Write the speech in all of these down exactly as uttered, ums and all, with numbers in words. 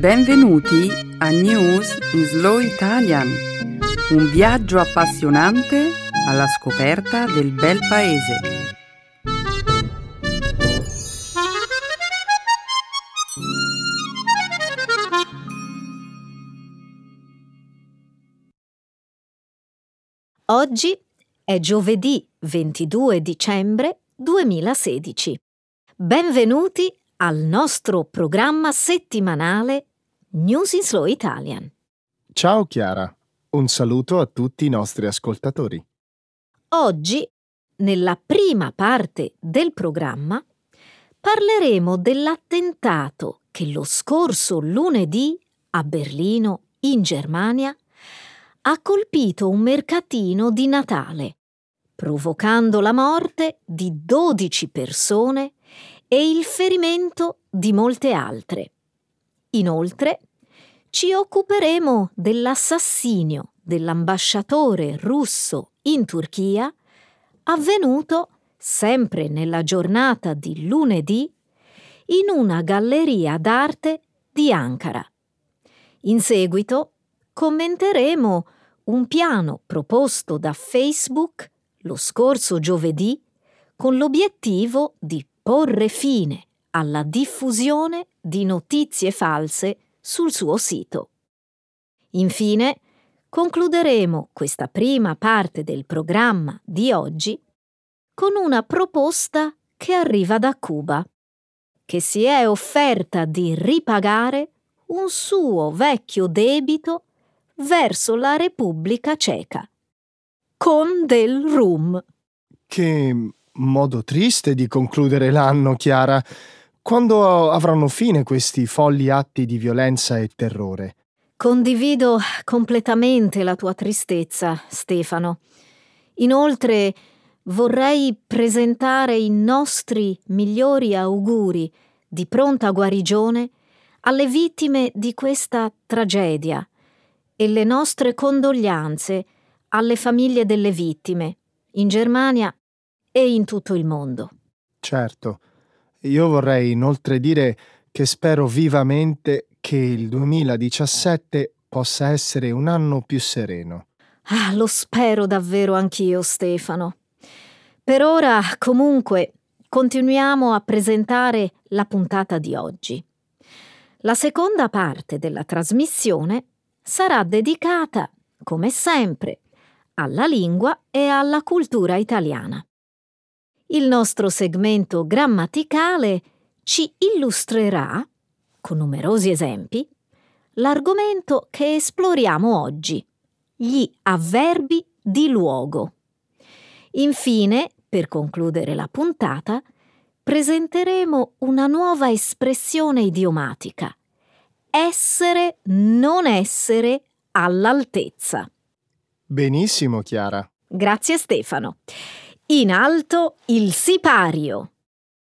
Benvenuti a News in Slow Italian, un viaggio appassionante alla scoperta del bel paese. Oggi è giovedì ventidue dicembre duemilasedici. Benvenuti al nostro programma settimanale News in Slow Italian. Ciao Chiara, un saluto a tutti i nostri ascoltatori. Oggi, nella prima parte del programma, parleremo dell'attentato che lo scorso lunedì a Berlino, in Germania, ha colpito un mercatino di Natale, provocando la morte di dodici persone e il ferimento di molte altre. Inoltre, ci occuperemo dell'assassinio dell'ambasciatore russo in Turchia, avvenuto sempre nella giornata di lunedì in una galleria d'arte di Ankara. In seguito commenteremo un piano proposto da Facebook lo scorso giovedì con l'obiettivo di porre fine alla diffusione di notizie false sul suo sito. Infine, concluderemo questa prima parte del programma di oggi con una proposta che arriva da Cuba, che si è offerta di ripagare un suo vecchio debito verso la Repubblica Ceca, con del rum. Che modo triste di concludere l'anno, Chiara. Quando avranno fine questi folli atti di violenza e terrore? Condivido completamente la tua tristezza, Stefano. Inoltre, vorrei presentare i nostri migliori auguri di pronta guarigione alle vittime di questa tragedia e le nostre condoglianze alle famiglie delle vittime in Germania e in tutto il mondo. Certo, io vorrei inoltre dire che spero vivamente che il duemiladiciassette possa essere un anno più sereno. Ah, lo spero davvero anch'io, Stefano. Per ora, comunque, continuiamo a presentare la puntata di oggi. La seconda parte della trasmissione sarà dedicata, come sempre, alla lingua e alla cultura italiana. Il nostro segmento grammaticale ci illustrerà, con numerosi esempi, l'argomento che esploriamo oggi, gli avverbi di luogo. Infine, per concludere la puntata, presenteremo una nuova espressione idiomatica: essere, non essere all'altezza. Benissimo, Chiara. Grazie Stefano. In alto il sipario.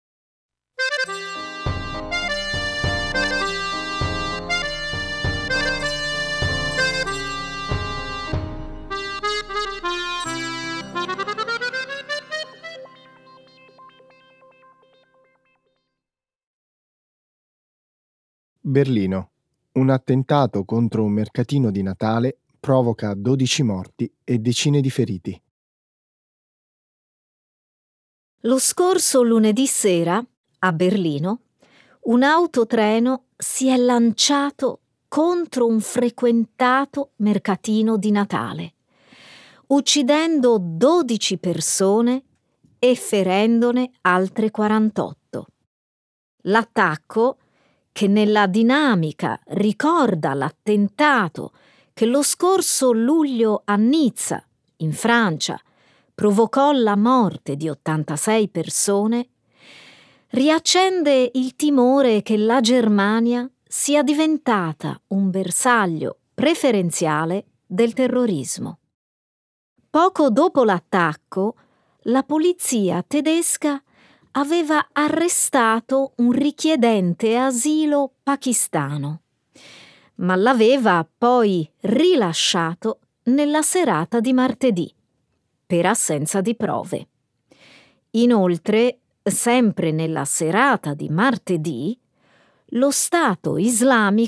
Berlino. Un attentato contro un mercatino di Natale provoca dodici morti e decine di feriti. Lo scorso lunedì sera, a Berlino, un autotreno si è lanciato contro un frequentato mercatino di Natale, uccidendo dodici persone e ferendone altre quarantotto. L'attacco, che nella dinamica ricorda l'attentato che lo scorso luglio a Nizza, in Francia, provocò la morte di ottantasei persone, riaccende il timore che la Germania sia diventata un bersaglio preferenziale del terrorismo. Poco dopo l'attacco, la polizia tedesca aveva arrestato un richiedente asilo pakistano, ma l'aveva poi rilasciato nella serata di martedì, per assenza di prove. Inoltre, sempre nella serata di martedì, lo Stato islamico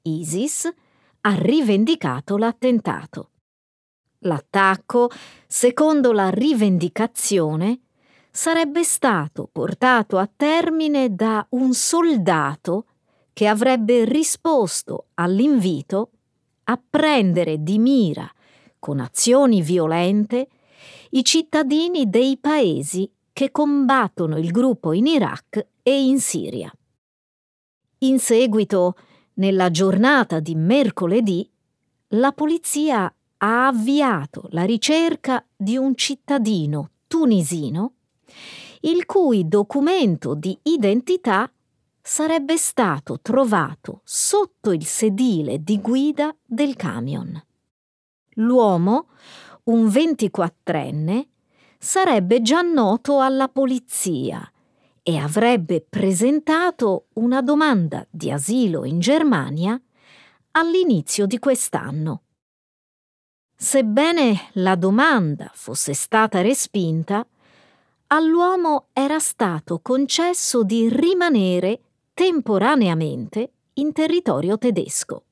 ISIS, ha rivendicato l'attentato. L'attacco, secondo la rivendicazione, sarebbe stato portato a termine da un soldato che avrebbe risposto all'invito a prendere di mira, con azioni violente, i cittadini dei paesi che combattono il gruppo in Iraq e in Siria. In seguito, nella giornata di mercoledì, la polizia ha avviato la ricerca di un cittadino tunisino il cui documento di identità sarebbe stato trovato sotto il sedile di guida del camion. L'uomo, un ventiquattrenne, sarebbe già noto alla polizia e avrebbe presentato una domanda di asilo in Germania all'inizio di quest'anno. Sebbene la domanda fosse stata respinta, all'uomo era stato concesso di rimanere temporaneamente in territorio tedesco.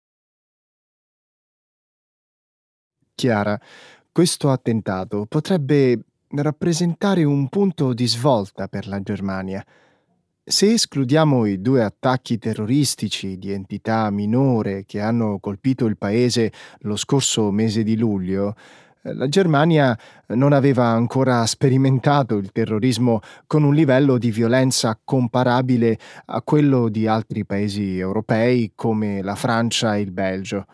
Chiara, questo attentato potrebbe rappresentare un punto di svolta per la Germania. Se escludiamo i due attacchi terroristici di entità minore che hanno colpito il paese lo scorso mese di luglio, la Germania non aveva ancora sperimentato il terrorismo con un livello di violenza comparabile a quello di altri paesi europei come la Francia e il Belgio.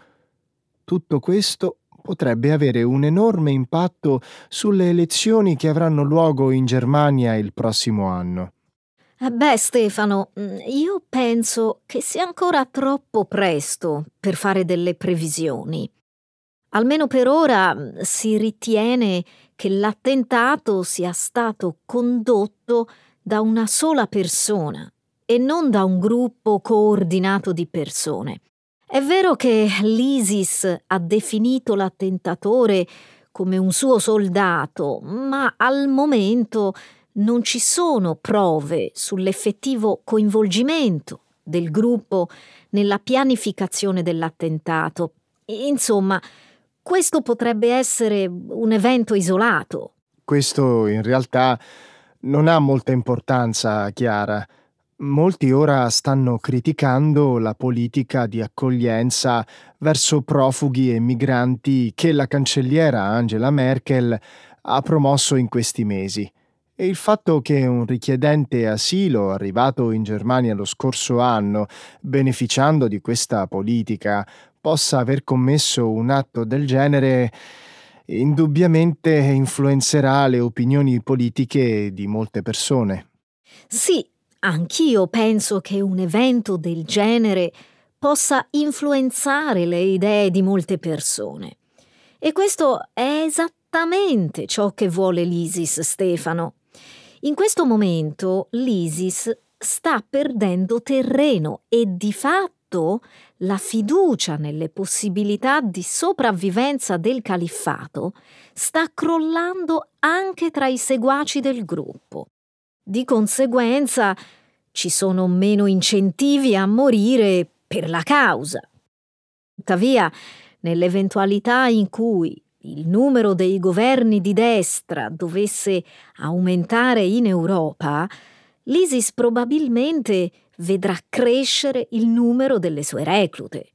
Tutto questo potrebbe avere un enorme impatto sulle elezioni che avranno luogo in Germania il prossimo anno. Beh, Stefano, io penso che sia ancora troppo presto per fare delle previsioni. Almeno per ora si ritiene che l'attentato sia stato condotto da una sola persona e non da un gruppo coordinato di persone. È vero che l'ISIS ha definito l'attentatore come un suo soldato, ma al momento non ci sono prove sull'effettivo coinvolgimento del gruppo nella pianificazione dell'attentato. Insomma, questo potrebbe essere un evento isolato. Questo in realtà non ha molta importanza, Chiara. Molti ora stanno criticando la politica di accoglienza verso profughi e migranti che la cancelliera Angela Merkel ha promosso in questi mesi. E il fatto che un richiedente asilo arrivato in Germania lo scorso anno, beneficiando di questa politica, possa aver commesso un atto del genere, indubbiamente influenzerà le opinioni politiche di molte persone. Sì, anch'io penso che un evento del genere possa influenzare le idee di molte persone. E questo è esattamente ciò che vuole l'ISIS, Stefano. In questo momento l'ISIS sta perdendo terreno e di fatto la fiducia nelle possibilità di sopravvivenza del califfato sta crollando anche tra i seguaci del gruppo. Di conseguenza ci sono meno incentivi a morire per la causa. Tuttavia, nell'eventualità in cui il numero dei governi di destra dovesse aumentare in Europa, l'ISIS probabilmente vedrà crescere il numero delle sue reclute.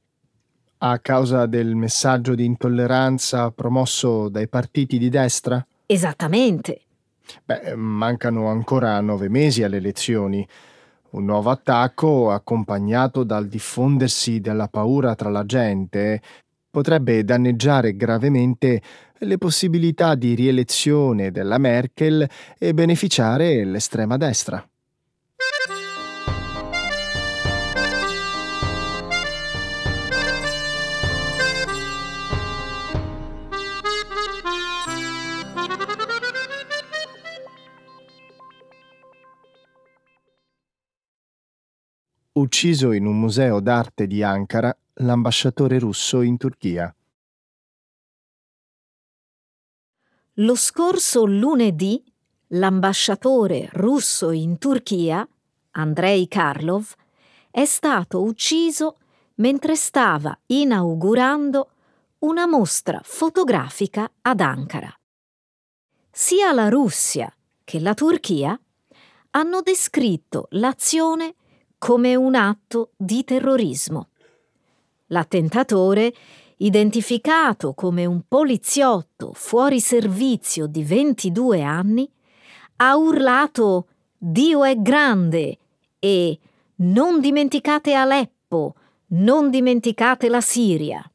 A causa del messaggio di intolleranza promosso dai partiti di destra? Esattamente. Beh, mancano ancora nove mesi alle elezioni. Un nuovo attacco, accompagnato dal diffondersi della paura tra la gente, potrebbe danneggiare gravemente le possibilità di rielezione della Merkel e beneficiare l'estrema destra. Ucciso in un museo d'arte di Ankara l'ambasciatore russo in Turchia. Lo scorso lunedì l'ambasciatore russo in Turchia, Andrei Karlov, è stato ucciso mentre stava inaugurando una mostra fotografica ad Ankara. Sia la Russia che la Turchia hanno descritto l'azione come un atto di terrorismo. L'attentatore, identificato come un poliziotto fuori servizio di ventidue anni, ha urlato «Dio è grande» e «Non dimenticate Aleppo, non dimenticate la Siria».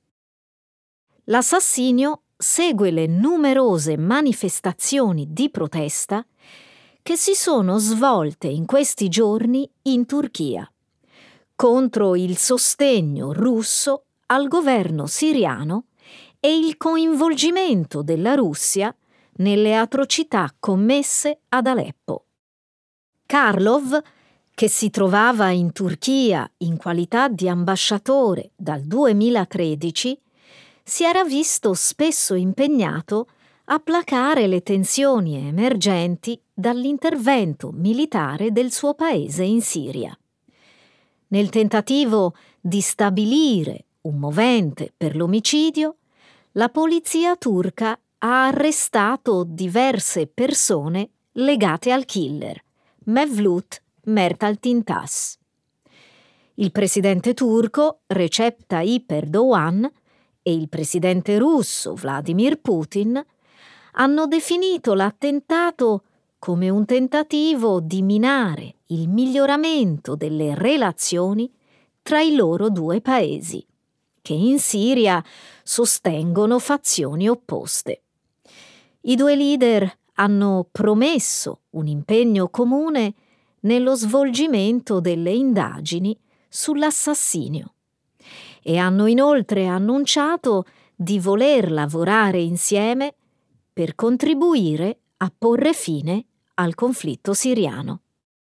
L'assassinio segue le numerose manifestazioni di protesta che si sono svolte in questi giorni in Turchia contro il sostegno russo al governo siriano e il coinvolgimento della Russia nelle atrocità commesse ad Aleppo. Karlov, che si trovava in Turchia in qualità di ambasciatore dal duemilatredici, si era visto spesso impegnato a placare le tensioni emergenti dall'intervento militare del suo paese in Siria. Nel tentativo di stabilire un movente per l'omicidio, la polizia turca ha arrestato diverse persone legate al killer, Mevlut Mertaltintas. Il presidente turco Recep Tayyip Erdogan e il presidente russo Vladimir Putin hanno definito l'attentato come un tentativo di minare il miglioramento delle relazioni tra i loro due paesi, che in Siria sostengono fazioni opposte. I due leader hanno promesso un impegno comune nello svolgimento delle indagini sull'assassinio e hanno inoltre annunciato di voler lavorare insieme per contribuire a porre fine al conflitto siriano.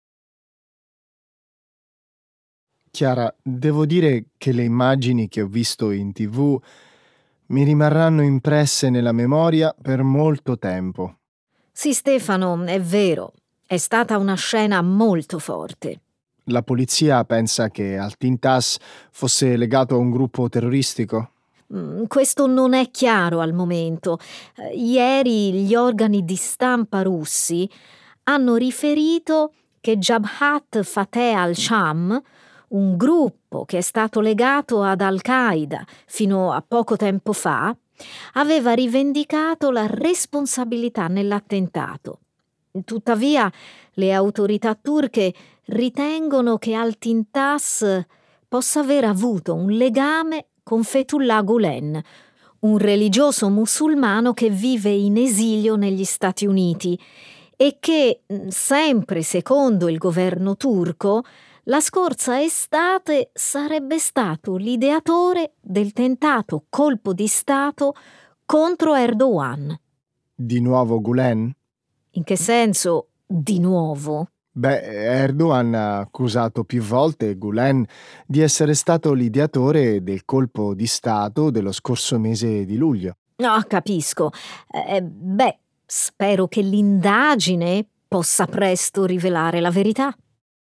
Chiara, devo dire che le immagini che ho visto in tivù mi rimarranno impresse nella memoria per molto tempo. Sì, Stefano, è vero, è stata una scena molto forte. La polizia pensa che Altintas fosse legato a un gruppo terroristico? Mm, Questo non è chiaro al momento. Eh, Ieri gli organi di stampa russi hanno riferito che Jabhat Fateh al-Sham, un gruppo che è stato legato ad Al-Qaeda fino a poco tempo fa, aveva rivendicato la responsabilità nell'attentato. Tuttavia, le autorità turche ritengono che Altintas possa aver avuto un legame con Fethullah Gulen, un religioso musulmano che vive in esilio negli Stati Uniti e che, sempre secondo il governo turco, la scorsa estate sarebbe stato l'ideatore del tentato colpo di Stato contro Erdogan. Di nuovo Gulen? In che senso di nuovo? Beh, Erdogan ha accusato più volte Gulen di essere stato l'ideatore del colpo di Stato dello scorso mese di luglio. No, capisco. Eh, beh, spero che l'indagine possa presto rivelare la verità.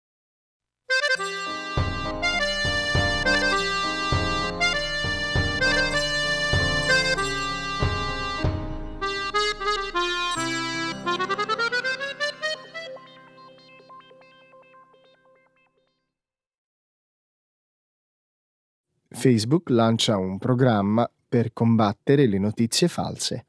Facebook lancia un programma per combattere le notizie false.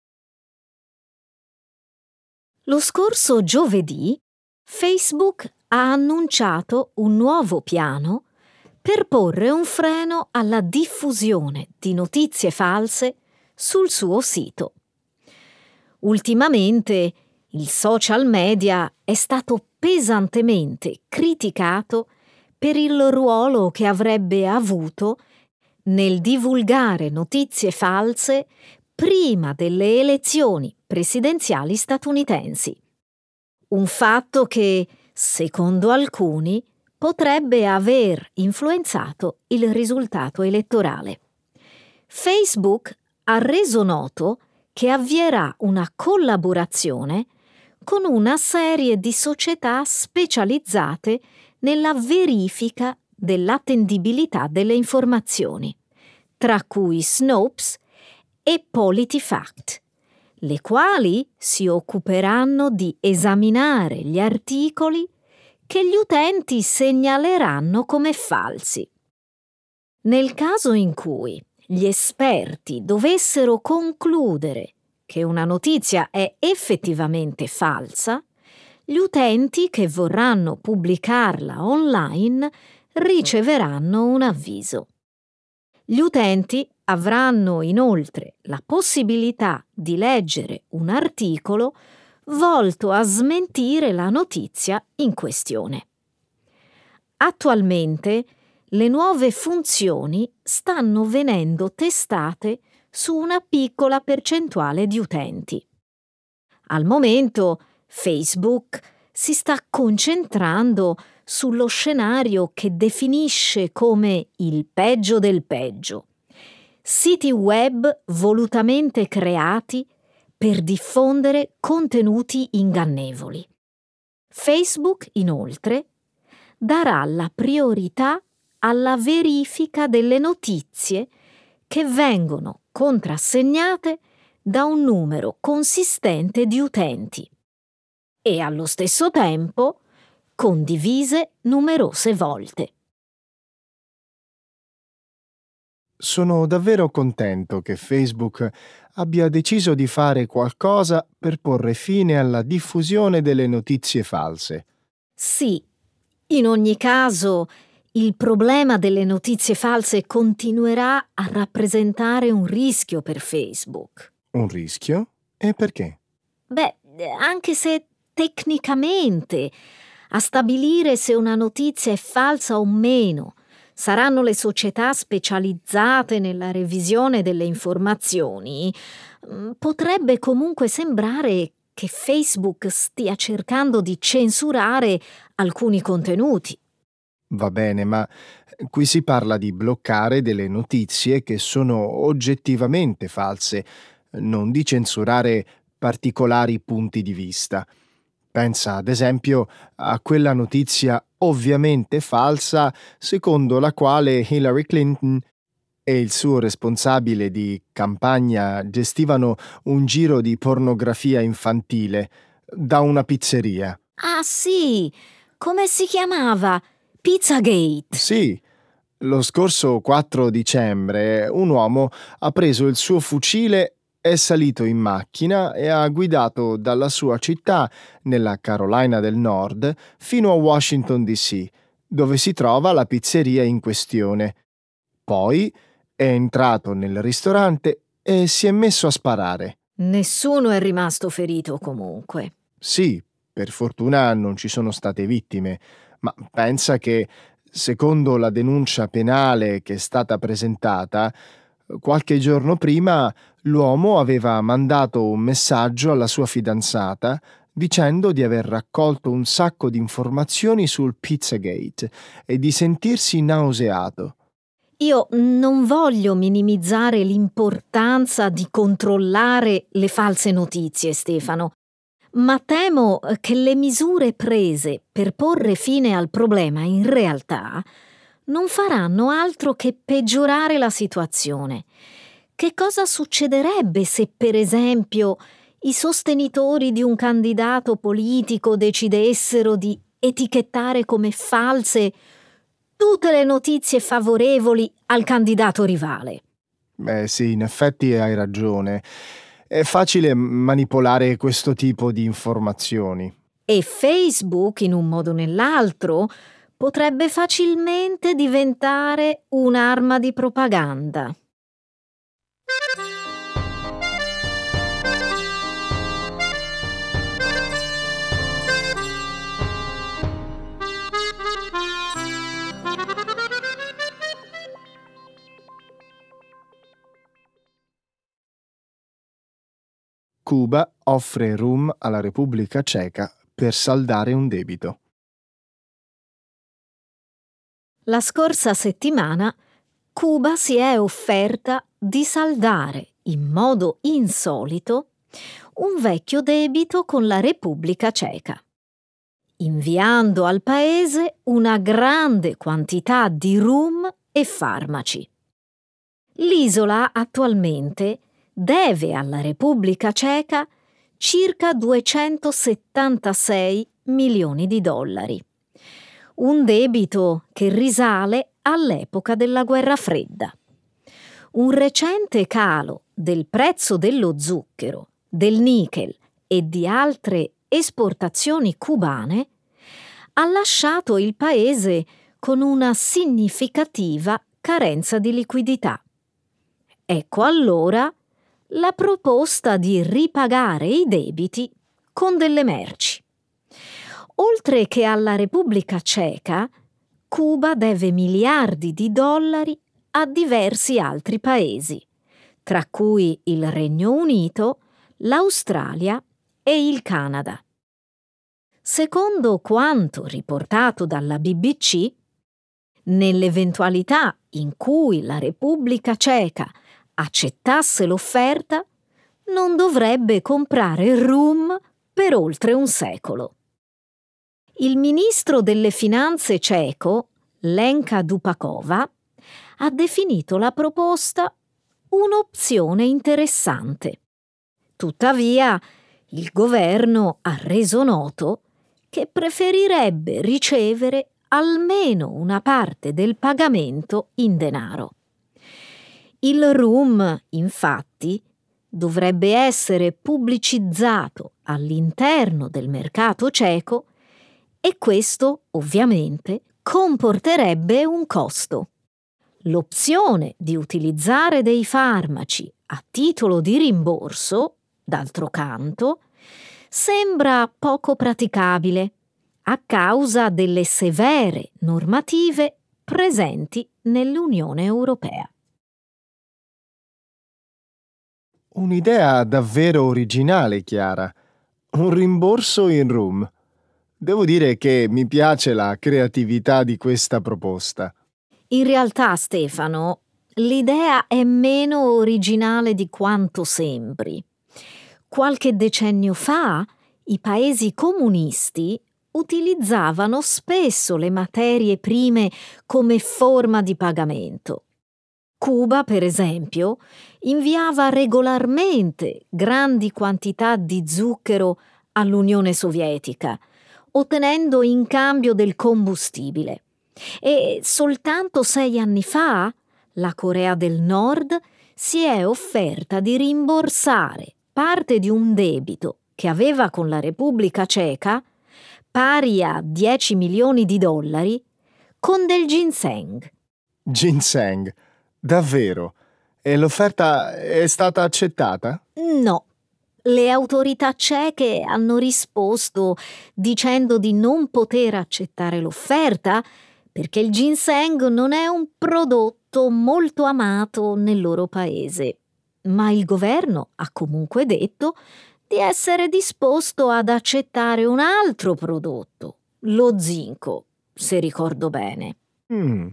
Lo scorso giovedì Facebook ha annunciato un nuovo piano per porre un freno alla diffusione di notizie false sul suo sito. Ultimamente il social media è stato pesantemente criticato per il ruolo che avrebbe avuto nel divulgare notizie false prima delle elezioni presidenziali statunitensi. Un fatto che, secondo alcuni, potrebbe aver influenzato il risultato elettorale. Facebook ha reso noto che avvierà una collaborazione con una serie di società specializzate nella verifica dell'attendibilità delle informazioni, tra cui Snopes e PolitiFact, le quali si occuperanno di esaminare gli articoli che gli utenti segnaleranno come falsi. Nel caso in cui gli esperti dovessero concludere che una notizia è effettivamente falsa, gli utenti che vorranno pubblicarla online riceveranno un avviso. Gli utenti avranno inoltre la possibilità di leggere un articolo volto a smentire la notizia in questione. Attualmente le nuove funzioni stanno venendo testate su una piccola percentuale di utenti. Al momento Facebook si sta concentrando sullo scenario che definisce come il peggio del peggio: siti web volutamente creati per diffondere contenuti ingannevoli. Facebook, inoltre, darà la priorità alla verifica delle notizie che vengono contrassegnate da un numero consistente di utenti e allo stesso tempo condivise numerose volte. Sono davvero contento che Facebook abbia deciso di fare qualcosa per porre fine alla diffusione delle notizie false. Sì, in ogni caso, il problema delle notizie false continuerà a rappresentare un rischio per Facebook. Un rischio? E perché? Beh, anche se tecnicamente a stabilire se una notizia è falsa o meno saranno le società specializzate nella revisione delle informazioni, potrebbe comunque sembrare che Facebook stia cercando di censurare alcuni contenuti. Va bene, ma qui si parla di bloccare delle notizie che sono oggettivamente false, non di censurare particolari punti di vista. Pensa, ad esempio, a quella notizia ovviamente falsa secondo la quale Hillary Clinton e il suo responsabile di campagna gestivano un giro di pornografia infantile da una pizzeria. Ah sì, come si chiamava? Pizzagate. Sì, lo scorso quattro dicembre un uomo ha preso il suo fucile, è salito in macchina e ha guidato dalla sua città, nella Carolina del Nord, fino a Washington D C, dove si trova la pizzeria in questione. Poi è entrato nel ristorante e si è messo a sparare. Nessuno è rimasto ferito comunque. Sì, per fortuna non ci sono state vittime, ma pensa che, secondo la denuncia penale che è stata presentata, qualche giorno prima l'uomo aveva mandato un messaggio alla sua fidanzata dicendo di aver raccolto un sacco di informazioni sul Pizzagate e di sentirsi nauseato. Io non voglio minimizzare l'importanza di controllare le false notizie, Stefano, ma temo che le misure prese per porre fine al problema in realtà non faranno altro che peggiorare la situazione. Che cosa succederebbe se, per esempio, i sostenitori di un candidato politico decidessero di etichettare come false tutte le notizie favorevoli al candidato rivale? Beh sì, in effetti hai ragione. È facile manipolare questo tipo di informazioni. E Facebook, in un modo o nell'altro, potrebbe facilmente diventare un'arma di propaganda. Cuba offre rum alla Repubblica Ceca per saldare un debito. La scorsa settimana Cuba si è offerta di saldare in modo insolito un vecchio debito con la Repubblica Ceca. inviando al paese una grande quantità di rum e farmaci. L'isola attualmente deve alla Repubblica Ceca circa duecentosettantasei milioni di dollari, un debito che risale all'epoca della Guerra Fredda. Un recente calo del prezzo dello zucchero, del nichel e di altre esportazioni cubane ha lasciato il paese con una significativa carenza di liquidità. Ecco allora la proposta di ripagare i debiti con delle merci. Oltre che alla Repubblica Ceca, Cuba deve miliardi di dollari a diversi altri paesi, tra cui il Regno Unito, l'Australia e il Canada. Secondo quanto riportato dalla B B C, nell'eventualità in cui la Repubblica Ceca accettasse l'offerta, non dovrebbe comprare rum per oltre un secolo. Il ministro delle finanze ceco, Lenka Dupakova, ha definito la proposta un'opzione interessante. Tuttavia, il governo ha reso noto che preferirebbe ricevere almeno una parte del pagamento in denaro. Il rum, infatti, dovrebbe essere pubblicizzato all'interno del mercato ceco e questo, ovviamente, comporterebbe un costo. L'opzione di utilizzare dei farmaci a titolo di rimborso, d'altro canto, sembra poco praticabile a causa delle severe normative presenti nell'Unione Europea. Un'idea davvero originale, Chiara. Un rimborso in rum. Devo dire che mi piace la creatività di questa proposta. In realtà, Stefano, l'idea è meno originale di quanto sembri. Qualche decennio fa, i paesi comunisti utilizzavano spesso le materie prime come forma di pagamento. Cuba, per esempio, inviava regolarmente grandi quantità di zucchero all'Unione Sovietica, ottenendo in cambio del combustibile. E soltanto sei anni fa la Corea del Nord si è offerta di rimborsare parte di un debito che aveva con la Repubblica Ceca, pari a dieci milioni di dollari, con del ginseng. Ginseng, davvero? E l'offerta è stata accettata? No. Le autorità ceche hanno risposto dicendo di non poter accettare l'offerta perché il ginseng non è un prodotto molto amato nel loro paese. Ma il governo ha comunque detto di essere disposto ad accettare un altro prodotto, lo zinco, se ricordo bene. Mm.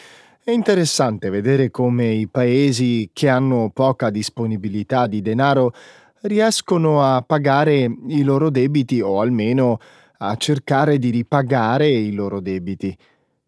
È interessante vedere come i paesi che hanno poca disponibilità di denaro riescono a pagare i loro debiti o almeno a cercare di ripagare i loro debiti.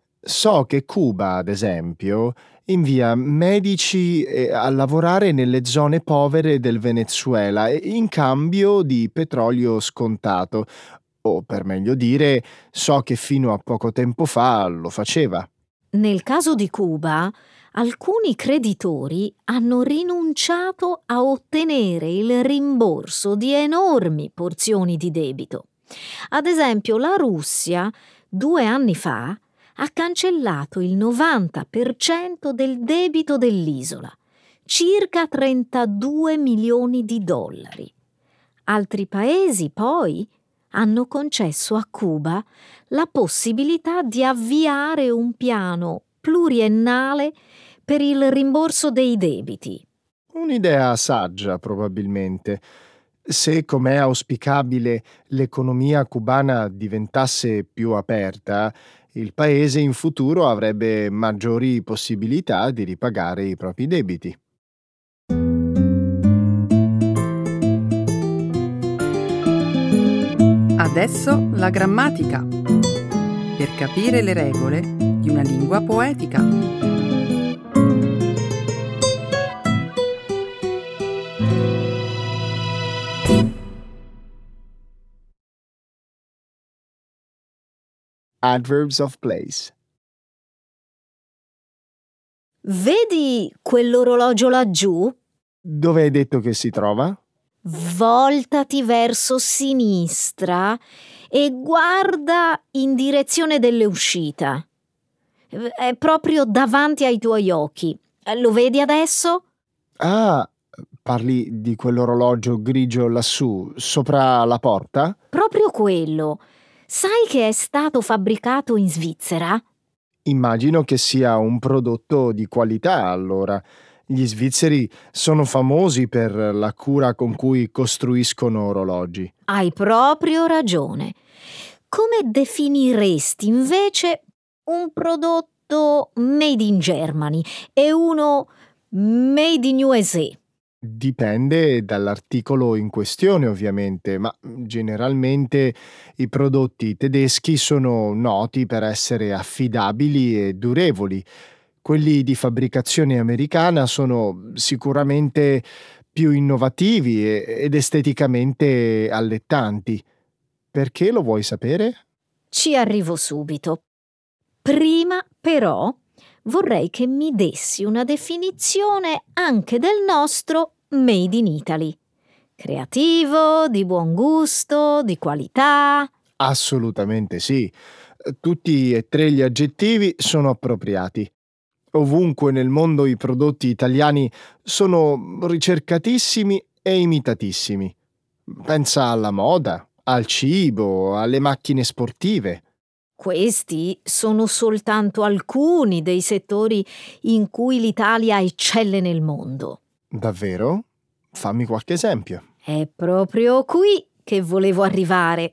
So che Cuba, ad esempio, invia medici eh, a lavorare nelle zone povere del Venezuela eh, in cambio di petrolio scontato, o per meglio dire, so che fino a poco tempo fa lo faceva. Nel caso di Cuba, alcuni creditori hanno rinunciato a ottenere il rimborso di enormi porzioni di debito. Ad esempio, la Russia, due anni fa, ha cancellato il novanta per cento del debito dell'isola, circa trentadue milioni di dollari. Altri paesi, poi, hanno concesso a Cuba la possibilità di avviare un piano pluriennale per il rimborso dei debiti. Un'idea saggia, probabilmente. Se, com'è auspicabile, l'economia cubana diventasse più aperta, il paese in futuro avrebbe maggiori possibilità di ripagare i propri debiti. Adesso la grammatica, per capire le regole di una lingua poetica. Adverbs of place. Vedi quell'orologio laggiù? Dove hai detto che si trova? Voltati verso sinistra e guarda in direzione dell'uscita. È proprio davanti ai tuoi occhi. Lo vedi adesso? Ah, parli di quell'orologio grigio lassù, sopra la porta? Proprio quello. Sai che è stato fabbricato in Svizzera? Immagino che sia un prodotto di qualità, allora. Gli svizzeri sono famosi per la cura con cui costruiscono orologi. Hai proprio ragione. Come definiresti invece un prodotto made in Germany e uno made in U S A? Dipende dall'articolo in questione, ovviamente, ma generalmente i prodotti tedeschi sono noti per essere affidabili e durevoli. Quelli di fabbricazione americana sono sicuramente più innovativi e- ed esteticamente allettanti. Perché lo vuoi sapere? Ci arrivo subito. Prima, però, vorrei che mi dessi una definizione anche del nostro Made in Italy. Creativo, di buon gusto, di qualità. Assolutamente sì. Tutti e tre gli aggettivi sono appropriati. Ovunque nel mondo i prodotti italiani sono ricercatissimi e imitatissimi. Pensa alla moda, al cibo, alle macchine sportive. Questi sono soltanto alcuni dei settori in cui l'Italia eccelle nel mondo. Davvero? Fammi qualche esempio. È proprio qui che volevo arrivare.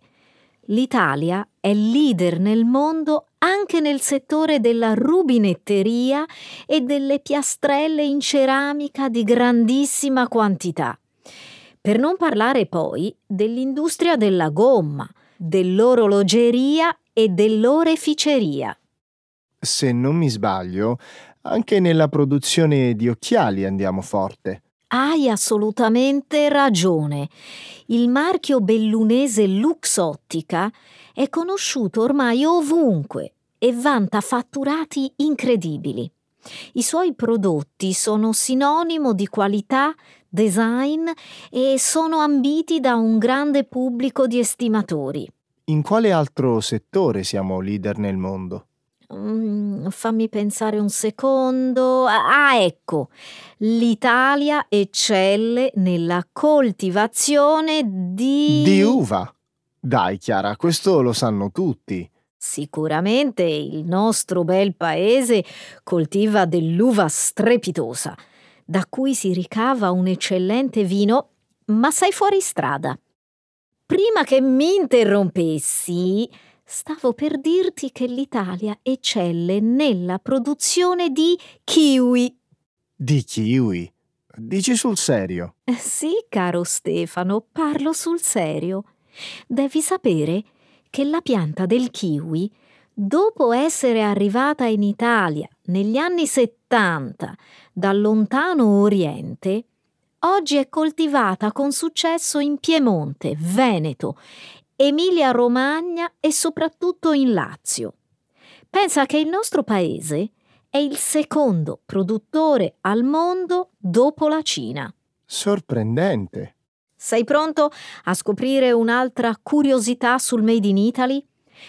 L'Italia è leader nel mondo anche nel settore della rubinetteria e delle piastrelle in ceramica di grandissima quantità. Per non parlare poi dell'industria della gomma, dell'orologeria e dell'oreficeria. Se non mi sbaglio, anche nella produzione di occhiali andiamo forte. Hai assolutamente ragione. Il marchio bellunese Luxottica è conosciuto ormai ovunque e vanta fatturati incredibili. I suoi prodotti sono sinonimo di qualità, design e sono ambiti da un grande pubblico di estimatori. In quale altro settore siamo leader nel mondo? Mm, fammi pensare un secondo. Ah, ecco, l'Italia eccelle nella coltivazione di... Di uva! Dai, Chiara, questo lo sanno tutti. Sicuramente il nostro bel paese coltiva dell'uva strepitosa, da cui si ricava un eccellente vino, ma sei fuori strada. Prima che mi interrompessi, stavo per dirti che l'Italia eccelle nella produzione di kiwi. Di kiwi? Dici sul serio? Eh Sì, caro Stefano, parlo sul serio. Devi sapere che la pianta del kiwi, dopo essere arrivata in Italia negli anni settanta dal lontano Oriente, oggi è coltivata con successo in Piemonte, Veneto, Emilia-Romagna e soprattutto in Lazio. Pensa che il nostro paese è il secondo produttore al mondo dopo la Cina. Sorprendente. Sei pronto a scoprire un'altra curiosità sul Made in Italy?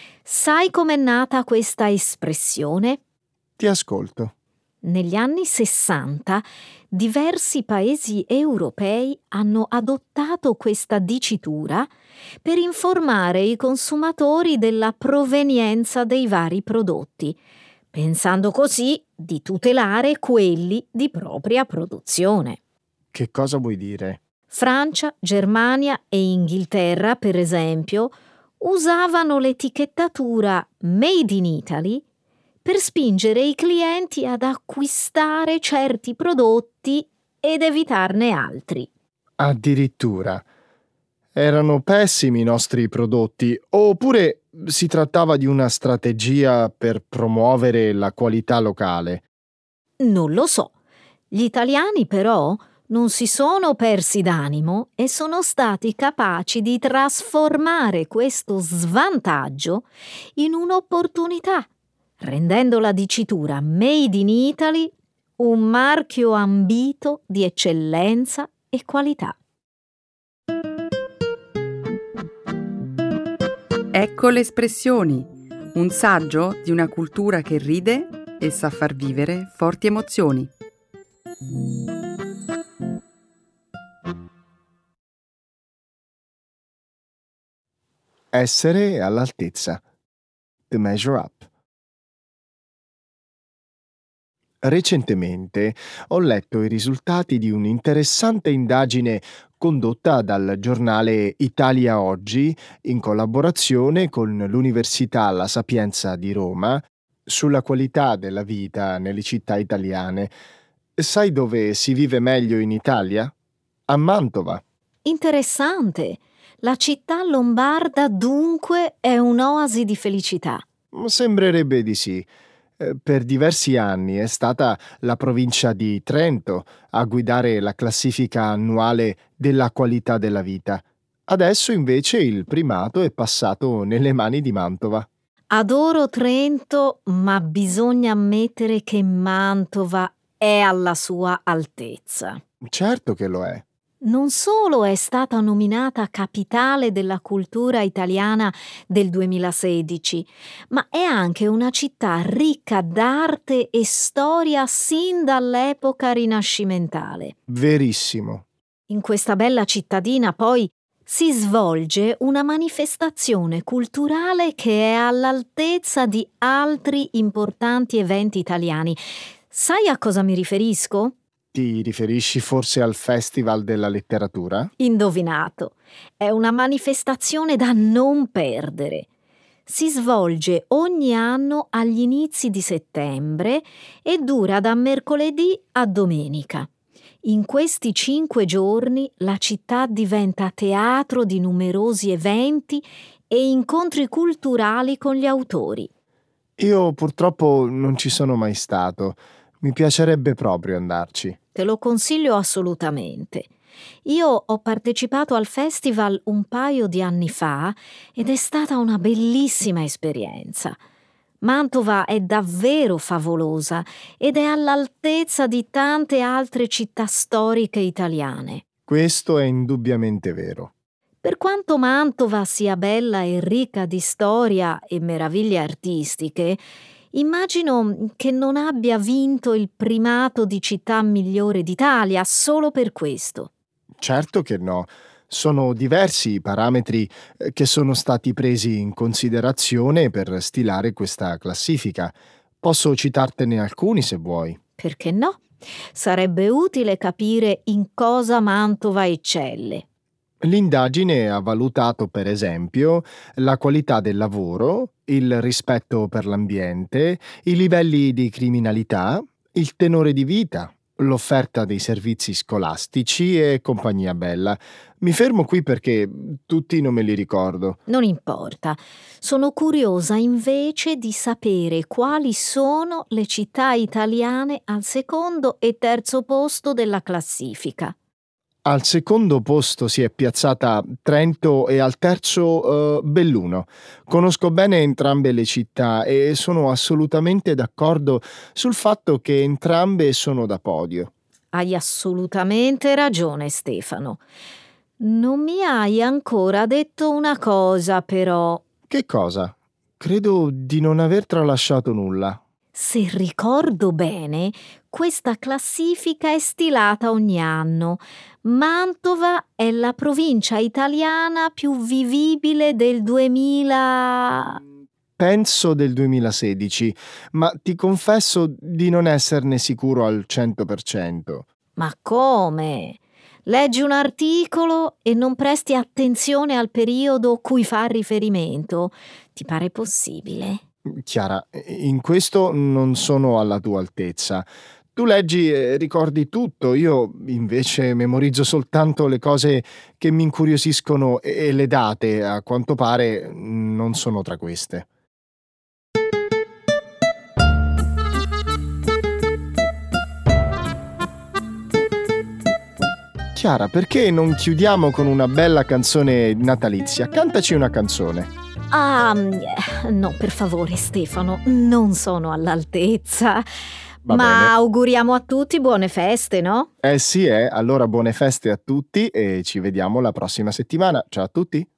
Sai com'è nata questa espressione? Ti ascolto. Negli anni sessanta diversi paesi europei hanno adottato questa dicitura per informare i consumatori della provenienza dei vari prodotti, pensando così di tutelare quelli di propria produzione. Che cosa vuoi dire? Francia, Germania e Inghilterra, per esempio, usavano l'etichettatura Made in Italy per spingere i clienti ad acquistare certi prodotti ed evitarne altri. Addirittura. Erano pessimi i nostri prodotti, oppure si trattava di una strategia per promuovere la qualità locale? Non lo so. Gli italiani però non si sono persi d'animo e sono stati capaci di trasformare questo svantaggio in un'opportunità, rendendo la dicitura Made in Italy un marchio ambito di eccellenza e qualità. Ecco le espressioni, un saggio di una cultura che ride e sa far vivere forti emozioni. Essere all'altezza. To measure up. Recentemente ho letto i risultati di un'interessante indagine condotta dal giornale Italia Oggi in collaborazione con l'Università La Sapienza di Roma sulla qualità della vita nelle città italiane. Sai dove si vive meglio in Italia? A Mantova. Interessante! La città lombarda dunque è un'oasi di felicità. Sembrerebbe di sì. Eh, Per diversi anni è stata la provincia di Trento a guidare la classifica annuale della qualità della vita. Adesso invece il primato è passato nelle mani di Mantova. Adoro Trento, ma bisogna ammettere che Mantova è alla sua altezza. Certo che lo è. Non solo è stata nominata capitale della cultura italiana del duemilasedici, ma è anche una città ricca d'arte e storia sin dall'epoca rinascimentale. Verissimo. In questa bella cittadina poi si svolge una manifestazione culturale che è all'altezza di altri importanti eventi italiani. Sai a cosa mi riferisco? Ti riferisci forse al Festival della Letteratura? Indovinato. È una manifestazione da non perdere. Si svolge ogni anno agli inizi di settembre e dura da mercoledì a domenica. In questi cinque giorni la città diventa teatro di numerosi eventi e incontri culturali con gli autori. Io purtroppo non ci sono mai stato. Mi piacerebbe proprio andarci. Te lo consiglio assolutamente. Io ho partecipato al festival un paio di anni fa ed è stata una bellissima esperienza. Mantova è davvero favolosa ed è all'altezza di tante altre città storiche italiane. Questo è indubbiamente vero. Per quanto Mantova sia bella e ricca di storia e meraviglie artistiche, immagino che non abbia vinto il primato di città migliore d'Italia solo per questo. Certo che no. Sono diversi i parametri eh, che sono stati presi in considerazione per stilare questa classifica. Posso citartene alcuni se vuoi. Perché no? Sarebbe utile capire in cosa Mantova eccelle. L'indagine ha valutato, per esempio, la qualità del lavoro, il rispetto per l'ambiente, i livelli di criminalità, il tenore di vita, l'offerta dei servizi scolastici e compagnia bella. Mi fermo qui perché tutti non me li ricordo. Non importa. Sono curiosa invece di sapere quali sono le città italiane al secondo e terzo posto della classifica. Al secondo posto si è piazzata Trento e al terzo eh, Belluno. Conosco bene entrambe le città e sono assolutamente d'accordo sul fatto che entrambe sono da podio. Hai assolutamente ragione, Stefano. Non mi hai ancora detto una cosa, però. Che cosa? Credo di non aver tralasciato nulla. Se ricordo bene, questa classifica è stilata ogni anno. Mantova è la provincia italiana più vivibile del duemila. Penso del duemilasedici, ma ti confesso di non esserne sicuro al cento per cento. Ma come? Leggi un articolo e non presti attenzione al periodo cui fa riferimento? Ti pare possibile? Chiara, in questo non sono alla tua altezza. Tu leggi e ricordi tutto, io invece memorizzo soltanto le cose che mi incuriosiscono e le date, a quanto pare, non sono tra queste. Chiara, perché non chiudiamo con una bella canzone natalizia? Cantaci una canzone. Ah, mm, no, per favore, Stefano, non sono all'altezza. Va Ma bene. auguriamo a tutti buone feste, no? Eh sì, eh, allora buone feste a tutti e ci vediamo la prossima settimana. Ciao a tutti.